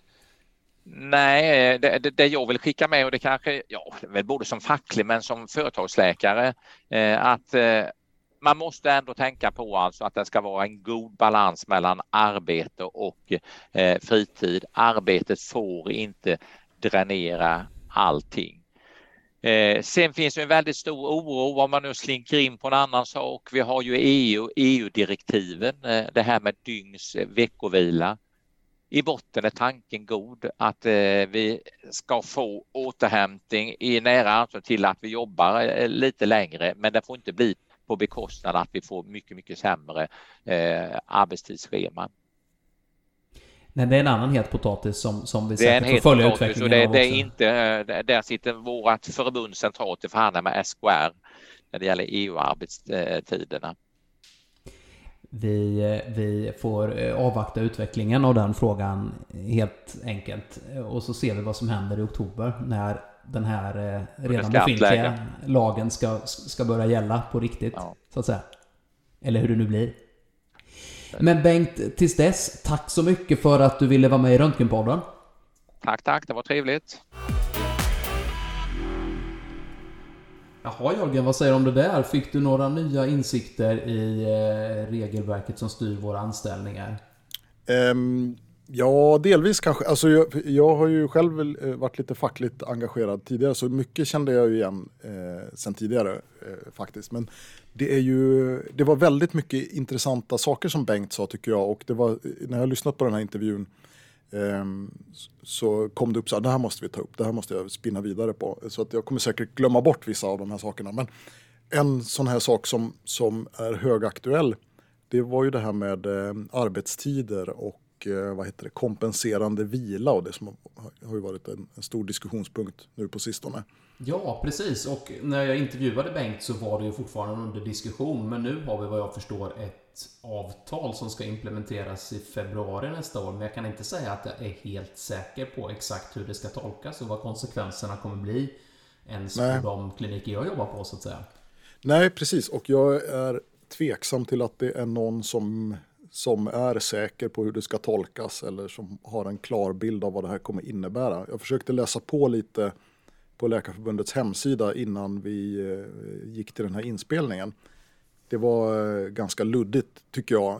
Nej, det jag vill skicka med, och det kanske, väl både som facklig men som företagsläkare, att man måste ändå tänka på alltså att det ska vara en god balans mellan arbete och fritid. Arbetet får inte dränera allting. Sen finns det en väldigt stor oro om man nu slinker in på en annan sak. Vi har ju EU-direktiven, det här med dygns veckovila. I botten är tanken god att vi ska få återhämtning i nära anslutning till att vi jobbar lite längre, men det får inte bli på bekostnad att vi får mycket, mycket sämre arbetstidsscheman. Nej, det är en annan het potatis som vi säkert får följa utvecklingen av. Det är inte, där sitter vårt förbund centralt i förhandling med SKR när det gäller EU-arbetstiderna. Vi får avvakta utvecklingen av den frågan helt enkelt. Och så ser vi vad som händer i oktober när den här redan befintliga lagen ska börja gälla på riktigt, så att säga. Eller hur det nu blir. Men Bengt, tills dess, tack så mycket för att du ville vara med i Röntgenpodden. Tack, det var trevligt. Jaha Jörgen, vad säger du om det där? Fick du några nya insikter i regelverket som styr våra anställningar? Ja, delvis kanske. Alltså jag har ju själv varit lite fackligt engagerad tidigare, så mycket kände jag ju igen sen tidigare faktiskt. Men det var väldigt mycket intressanta saker som Bengt sa, tycker jag. Och det var, när jag lyssnat på den här intervjun så kom det upp så här: det här måste vi ta upp, det här måste jag spinna vidare på. Så att jag kommer säkert glömma bort vissa av de här sakerna. Men en sån här sak som är högaktuell, det var ju det här med arbetstider och kompenserande vila, och det som har ju varit en stor diskussionspunkt nu på sistone. Ja, precis. Och när jag intervjuade Bengt så var det ju fortfarande under diskussion, men nu har vi vad jag förstår ett avtal som ska implementeras i februari nästa år, men jag kan inte säga att jag är helt säker på exakt hur det ska tolkas och vad konsekvenserna kommer bli ens på de kliniker jag jobbar på, så att säga. Nej, precis. Och jag är tveksam till att det är någon som är säker på hur det ska tolkas eller som har en klar bild av vad det här kommer innebära. Jag försökte läsa på lite på Läkarförbundets hemsida innan vi gick till den här inspelningen. Det var ganska luddigt, tycker jag.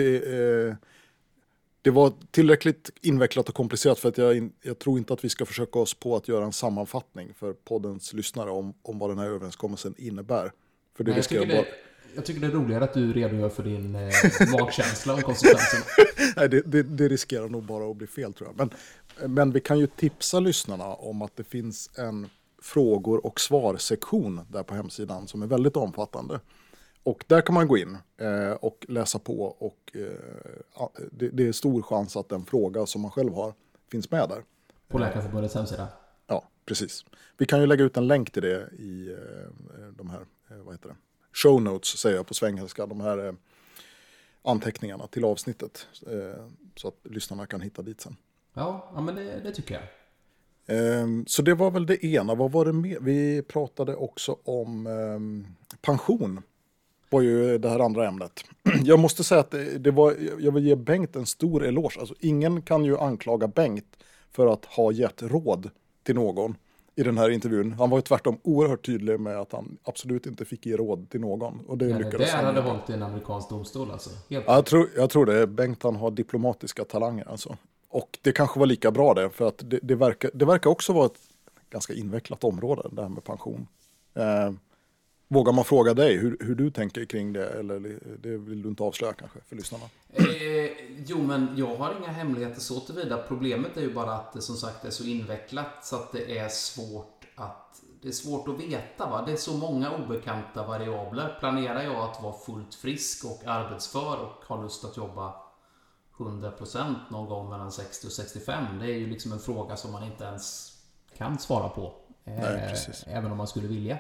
Det var tillräckligt invecklat och komplicerat för att jag tror inte att vi ska försöka oss på att göra en sammanfattning för poddens lyssnare om vad den här överenskommelsen innebär. För det Jag tycker det är roligare att du redogör för din magkänsla om konsekvenserna. Nej, det riskerar nog bara att bli fel, tror jag. Men vi kan ju tipsa lyssnarna om att det finns en frågor- och svarsektion där på hemsidan som är väldigt omfattande. Och där kan man gå in och läsa på, och det är stor chans att den fråga som man själv har finns med där. På Läkarförbundets hemsida? Ja, precis. Vi kan ju lägga ut en länk till det i de här, show notes säger jag på svengelska, de här anteckningarna till avsnittet, så att lyssnarna kan hitta dit sen. Ja, men det tycker jag. Så det var väl det ena. Vad var det mer? Vi pratade också om pension. Var ju det här andra ämnet. Jag måste säga att jag vill ge Bengt en stor eloge. Alltså, ingen kan ju anklaga Bengt för att ha gett råd till någon i den här intervjun. Han var ju tvärtom oerhört tydlig med att han absolut inte fick ge råd till någon. Och det lyckades han. Det hade med. hållit i en amerikansk domstol alltså. Jag tror det. Bengt, han har diplomatiska talanger alltså. Och det kanske var lika bra det, för att det verkar också vara ett ganska invecklat område, det här med pension. Vågar man fråga dig hur du tänker kring det, eller det vill du inte avslöja kanske för lyssnarna? Jo, men jag har inga hemligheter så tillvida. Problemet är ju bara att det som sagt är så invecklat så att det är svårt att veta. Va? Det är så många obekanta variabler. Planerar jag att vara fullt frisk och arbetsför och har lust att jobba 100% någon gång mellan 60 och 65? Det är ju liksom en fråga som man inte ens kan svara på. Nej, precis. Även om man skulle vilja.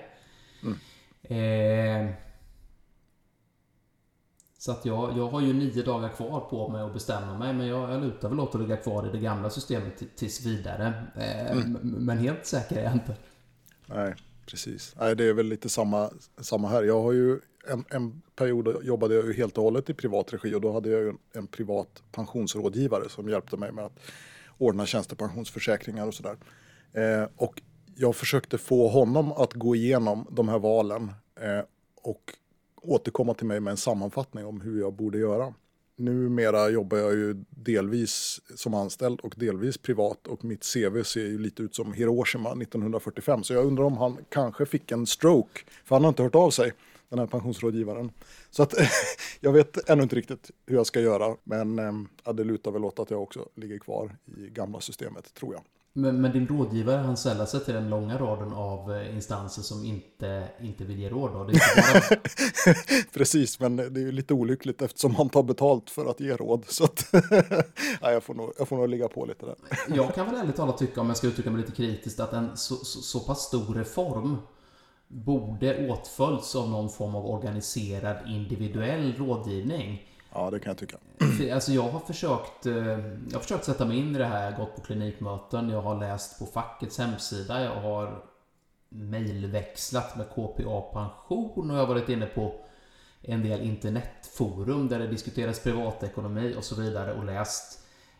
Så att jag har ju 9 dagar kvar på mig att bestämma mig, men jag lutar väl åt att ligga kvar i det gamla systemet tills vidare. Men helt säker är jag inte. Nej, precis. Nej, det är väl lite samma här. Jag har ju en period jobbade jag ju helt och hållet i privat regi, och då hade jag ju en privat pensionsrådgivare som hjälpte mig med att ordna tjänstepensionsförsäkringar och sådär. Och jag försökte få honom att gå igenom de här valen och återkomma till mig med en sammanfattning om hur jag borde göra. Numera jobbar jag ju delvis som anställd och delvis privat, och mitt CV ser ju lite ut som Hiroshima 1945. Så jag undrar om han kanske fick en stroke, för han har inte hört av sig, den här pensionsrådgivaren. Så att jag vet ännu inte riktigt hur jag ska göra, men det lutar väl åt att jag också ligger kvar i gamla systemet, tror jag. Men din rådgivare, han säljer sig till den långa raden av instanser som inte vill ge råd då? Det är inte bara... Precis, men det är ju lite olyckligt eftersom man tar betalt för att ge råd. Så att nej, jag får nog ligga på lite där. Jag kan väl ärligt talat tycka, om jag ska uttrycka mig lite kritiskt, att en så pass stor reform borde åtföljts av någon form av organiserad individuell rådgivning. Ja, det kan jag tycka. Alltså jag har försökt sätta mig in i det här, gått på klinikmöten, jag har läst på fackets hemsida, jag har mejlväxlat med KPA Pension, och jag har varit inne på en del internetforum där det diskuteras privatekonomi och så vidare och läst.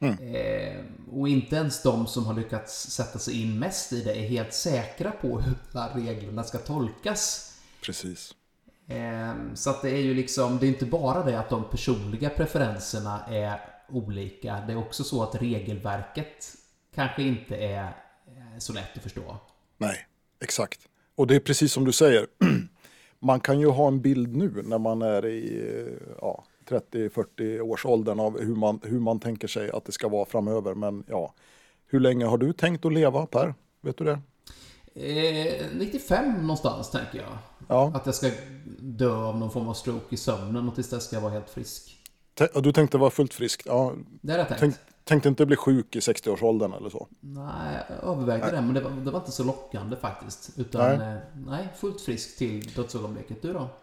Och inte ens de som har lyckats sätta sig in mest i det är helt säkra på hur reglerna ska tolkas. Precis. Så att det är ju liksom, det är inte bara det att de personliga preferenserna är olika, det är också så att regelverket kanske inte är så lätt att förstå. Nej, exakt. Och det är precis som du säger, man kan ju ha en bild nu när man är i 30-40 års åldern av hur man tänker sig att det ska vara framöver, men hur länge har du tänkt att leva, Per? Vet du det? 95 någonstans tänker jag. Ja. Att jag ska dö av någon form av stroke i sömnen, och tills dess ska jag vara helt frisk. Du tänkte vara fullt frisk? Ja. Det är jag tänkt. Tänkte inte bli sjuk i 60-årsåldern eller så? Nej, jag övervägde det, men det var inte så lockande faktiskt. Utan nej, fullt frisk till dödsögonblicket. Du då?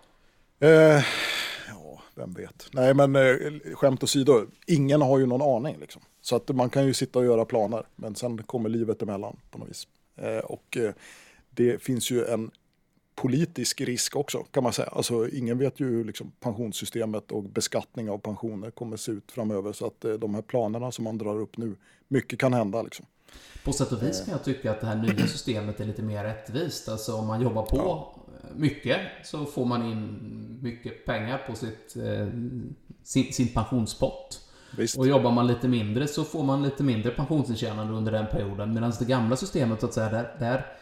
Vem vet. Nej, men skämt åsido, ingen har ju någon aning liksom. Så att man kan ju sitta och göra planer, men sen kommer livet emellan på något vis. Och det finns ju en politisk risk också, kan man säga. Alltså ingen vet ju hur liksom pensionssystemet och beskattning av pensioner kommer se ut framöver, så att de här planerna som man drar upp nu, mycket kan hända liksom. På sätt och vis kan jag tycka att det här nya systemet är lite mer rättvist. Alltså om man jobbar på mycket så får man in mycket pengar på sin pensionspott. Visst. Och jobbar man lite mindre så får man lite mindre pensionsintjänande under den perioden. Medan det gamla systemet så att säga,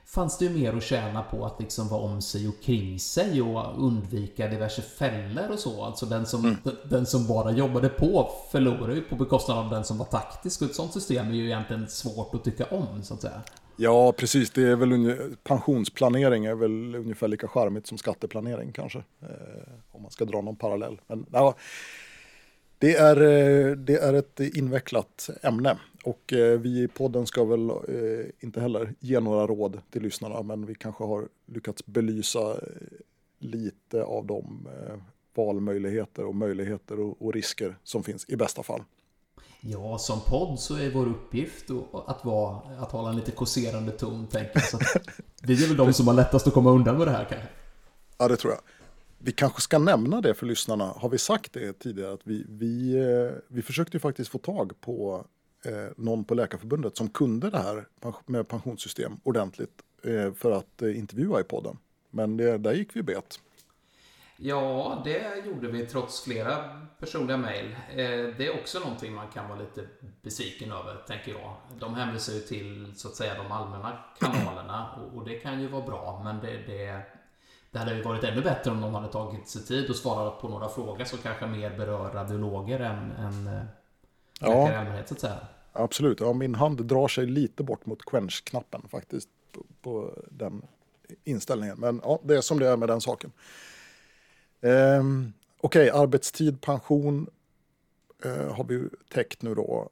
fanns det ju mer att tjäna på att liksom vara om sig och kring sig och undvika diverse fällor och så. Alltså den som bara jobbade på förlorar ju på bekostnad av den som var taktisk, och ett sånt system är ju egentligen svårt att tycka om, så att säga. Ja, precis. Det är väl pensionsplanering är väl ungefär lika charmigt som skatteplanering kanske, om man ska dra någon parallell. Men ja, det är ett invecklat ämne, och vi i podden ska väl inte heller ge några råd till lyssnarna, men vi kanske har lyckats belysa lite av de valmöjligheter och möjligheter och risker som finns i bästa fall. Ja, som podd så är vår uppgift att hålla en lite kåserande ton, tänker jag. Så vi är väl de som har lättast att komma undan med det här kanske. Ja, det tror jag. Vi kanske ska nämna det för lyssnarna. Har vi sagt det tidigare? Att vi försökte ju faktiskt få tag på någon på Läkarförbundet som kunde det här med pensionssystem ordentligt för att intervjua i podden. Men där gick vi bet. Ja, det gjorde vi trots flera personliga mejl. Det är också någonting man kan vara lite besviken över, tänker jag. De hänvisar ju till, så att säga, de allmänna kanalerna, och det kan ju vara bra, men det hade ju varit ännu bättre om de hade tagit sig tid och svarat på några frågor som kanske mer berör radiologer än läkare i allmänhet, så att säga. Absolut, ja, min hand drar sig lite bort mot quench-knappen faktiskt på den inställningen. Men ja, det är som det är med den saken. Okej, arbetstid, pension har vi ju täckt nu då.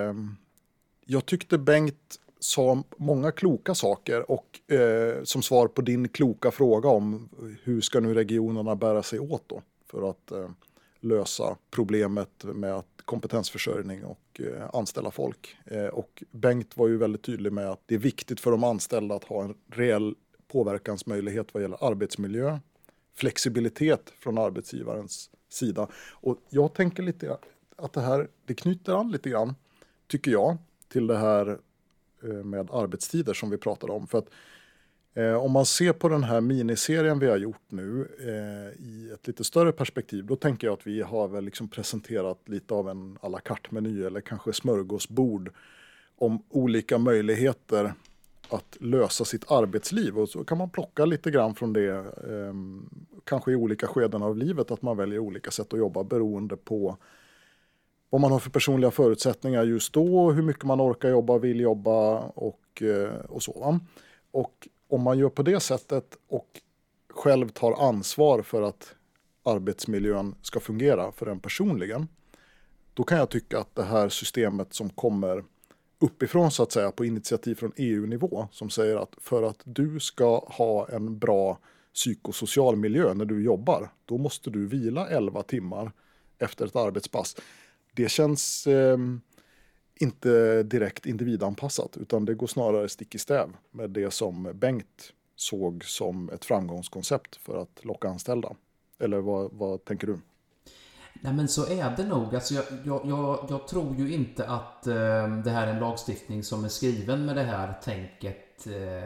Jag tyckte Bengt sa många kloka saker, och som svar på din kloka fråga om hur ska nu regionerna bära sig åt då för att lösa problemet med att kompetensförsörjning och anställa folk. Och Bengt var ju väldigt tydlig med att det är viktigt för de anställda att ha en reell påverkansmöjlighet vad gäller arbetsmiljö, flexibilitet från arbetsgivarens sida. Och jag tänker lite att det knyter an lite grann, tycker jag, till det här med arbetstider som vi pratade om. För att om man ser på den här miniserien vi har gjort nu i ett lite större perspektiv, då tänker jag att vi har väl liksom presenterat lite av en à la carte-meny eller kanske smörgåsbord om olika möjligheter att lösa sitt arbetsliv, och så kan man plocka lite grann från det, kanske i olika skeden av livet, att man väljer olika sätt att jobba beroende på vad man har för personliga förutsättningar just då, hur mycket man orkar jobba, vill jobba och så. Va? Och om man gör på det sättet och själv tar ansvar för att arbetsmiljön ska fungera för en personligen, då kan jag tycka att det här systemet som kommer uppifrån, så att säga, på initiativ från EU-nivå, som säger att för att du ska ha en bra psykosocial miljö när du jobbar, då måste du vila 11 timmar efter ett arbetspass. Det känns inte direkt individanpassat, utan det går snarare stick i stäv med det som Bengt såg som ett framgångskoncept för att locka anställda. Eller vad tänker du? Nej, men så är det nog. Alltså jag tror ju inte att det här är en lagstiftning som är skriven med det här tänket,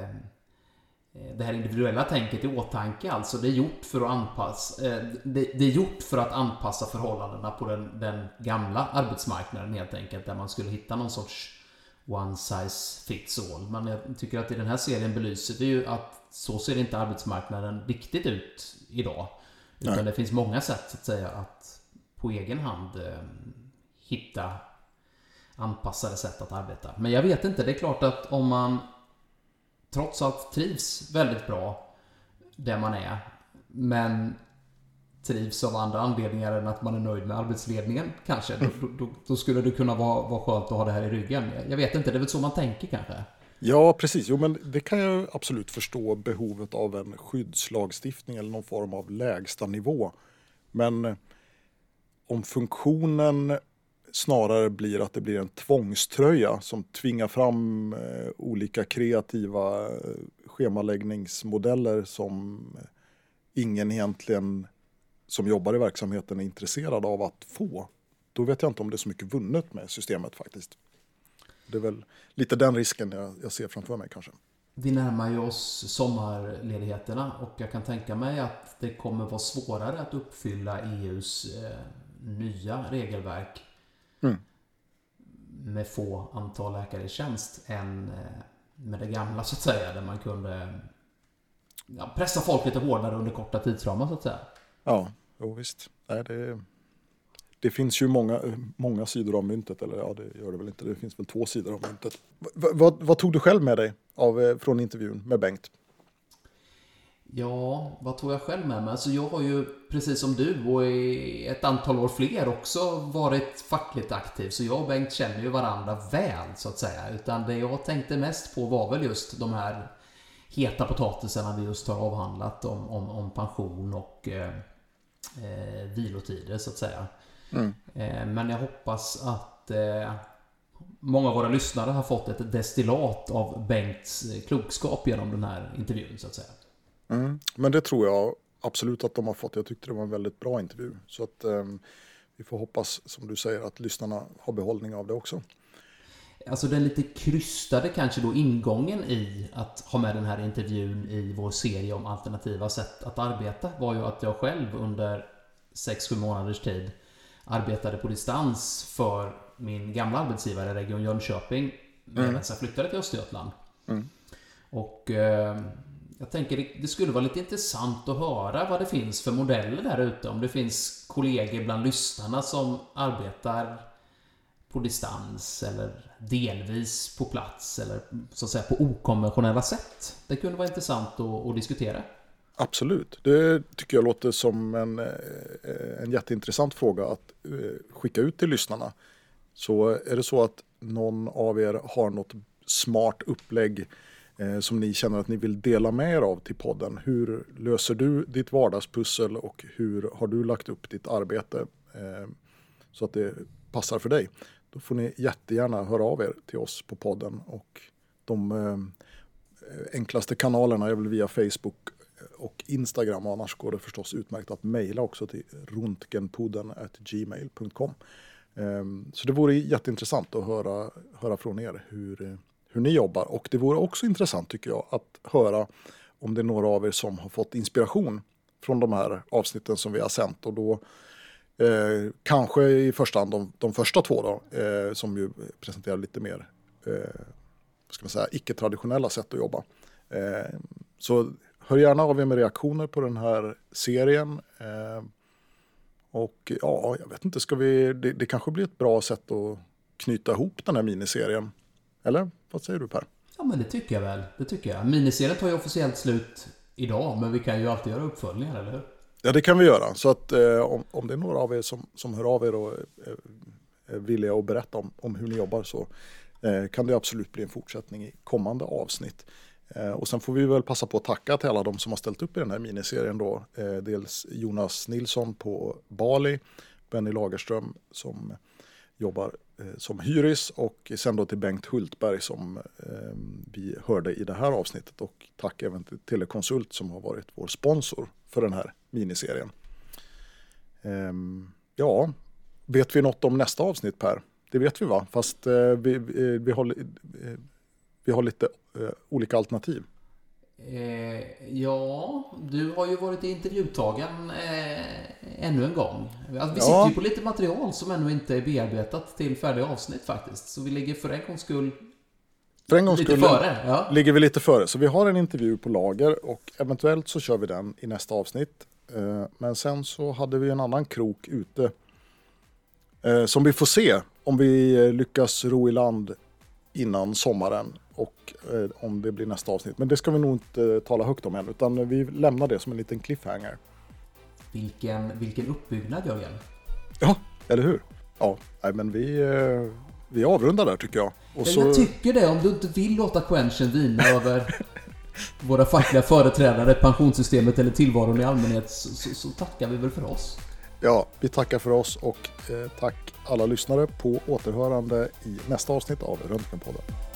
det här individuella tänket i åtanke. Alltså det är gjort för att anpassa det är gjort för att anpassa förhållandena på den gamla arbetsmarknaden, helt enkelt, där man skulle hitta någon sorts one size fits all. Men jag tycker att i den här serien belyser det ju att så ser inte arbetsmarknaden riktigt ut idag. Utan Nej. Det finns många sätt, så att säga, att på egen hand hitta anpassade sätt att arbeta. Men jag vet inte, det är klart att om man trots allt trivs väldigt bra där man är, men trivs av andra anledningar än att man är nöjd med arbetsledningen kanske, då skulle det kunna vara skönt att ha det här i ryggen. Jag vet inte, det är väl så man tänker kanske. Ja, precis. Jo, men det kan jag absolut förstå, behovet av en skyddslagstiftning eller någon form av lägsta nivå. Men om funktionen snarare blir att det blir en tvångströja som tvingar fram olika kreativa schemaläggningsmodeller som ingen egentligen som jobbar i verksamheten är intresserad av att få, då vet jag inte om det är så mycket vunnet med systemet faktiskt. Det är väl lite den risken jag ser framför mig kanske. Vi närmar ju oss sommarledigheterna, och jag kan tänka mig att det kommer vara svårare att uppfylla EUs nya regelverk med få antal läkare i tjänst än det gamla så att säga, där man kunde pressa folk lite hårdare under korta tidsramar så att säga. Ja, visst. Nej, det finns ju många sidor av myntet, eller ja, det gör det väl inte. Det finns väl 2 sidor av myntet. Vad tog du själv med dig från intervjun med Bengt? Ja, vad tog jag själv med mig? Alltså jag har ju, precis som du och i ett antal år fler också varit fackligt aktiv. Så jag och Bengt känner ju varandra väl så att säga. Utan det jag tänkte mest på var väl just de här heta potatisarna vi just har avhandlat om pension och vilotider så att säga. Men jag hoppas att många av våra lyssnare har fått ett destillat av Bengts klokskap genom den här intervjun så att säga. Men det tror jag absolut att de har fått. Jag tyckte det var en väldigt bra intervju. Så att vi får hoppas, som du säger, att lyssnarna har behållning av det också. Alltså den lite krystade kanske då ingången i att ha med den här intervjun i vår serie om alternativa sätt att arbeta var ju att jag själv under 6-7 månaders tid arbetade på distans för min gamla arbetsgivare Region Jönköping medan jag flyttade till Östergötland. Och jag tänker det skulle vara lite intressant att höra vad det finns för modeller där ute. Om det finns kollegor bland lyssnarna som arbetar på distans eller delvis på plats eller så att säga på okonventionella sätt. Det kunde vara intressant att diskutera. Absolut. Det tycker jag låter som en jätteintressant fråga att skicka ut till lyssnarna. Så är det så att någon av er har något smart upplägg som ni känner att ni vill dela med er av till podden. Hur löser du ditt vardagspussel och hur har du lagt upp ditt arbete så att det passar för dig? Då får ni jättegärna höra av er till oss på podden, och de enklaste kanalerna är väl via Facebook och Instagram, och annars går det förstås utmärkt att mejla också till röntgenpodden@gmail.com. Så det vore jätteintressant att höra från er hur ni jobbar, och det vore också intressant tycker jag att höra om det är några av er som har fått inspiration från de här avsnitten som vi har sänt, och då kanske i första hand de första 2 då, som ju presenterar lite mer ska man säga, icke-traditionella sätt att jobba. Så hör gärna av er med reaktioner på den här serien. Och ja, jag vet inte, det kanske blir ett bra sätt att knyta ihop den här miniserien. Eller? Vad säger du, Per? Ja, men det tycker jag väl. Det tycker jag. Miniserien tar ju officiellt slut idag, men vi kan ju alltid göra uppföljningar, eller hur? Ja, det kan vi göra. Så att om det är några av er som hör av er och är villiga att berätta om hur ni jobbar, så kan det absolut bli en fortsättning i kommande avsnitt. Och sen får vi väl passa på att tacka till alla de som har ställt upp i den här miniserien då. Dels Jonas Nilsson på Bali, Benny Lagerström som jobbar som hyris, och sen då till Bengt Hultberg som vi hörde i det här avsnittet, och tack även till Telekonsult som har varit vår sponsor för den här miniserien. Ja, vet vi något om nästa avsnitt, Per? Det vet vi, va? Fast vi har lite olika alternativ. Ja, du har ju varit i intervjutagen ännu en gång. Alltså, vi sitter ju på lite material som ännu inte är bearbetat till färdiga avsnitt faktiskt. Så vi ligger för en gångs skull lite före. Ja. Ligger vi lite före. Så vi har en intervju på lager och eventuellt så kör vi den i nästa avsnitt. Men sen så hade vi en annan krok ute som vi får se om vi lyckas ro i land innan sommaren och om det blir nästa avsnitt. Men det ska vi nog inte tala högt om än, utan vi lämnar det som en liten cliffhanger. Vilken uppbyggnad, Jörgen. Ja, eller hur? Ja, men vi avrundar där tycker jag. Och jag tycker det, om du inte vill låta quenchen vina över våra fackliga företrädare, pensionssystemet eller tillvaron i allmänhet, så tackar vi väl för oss. Ja, vi tackar för oss och tack alla lyssnare, på återhörande i nästa avsnitt av Röntgenpodden.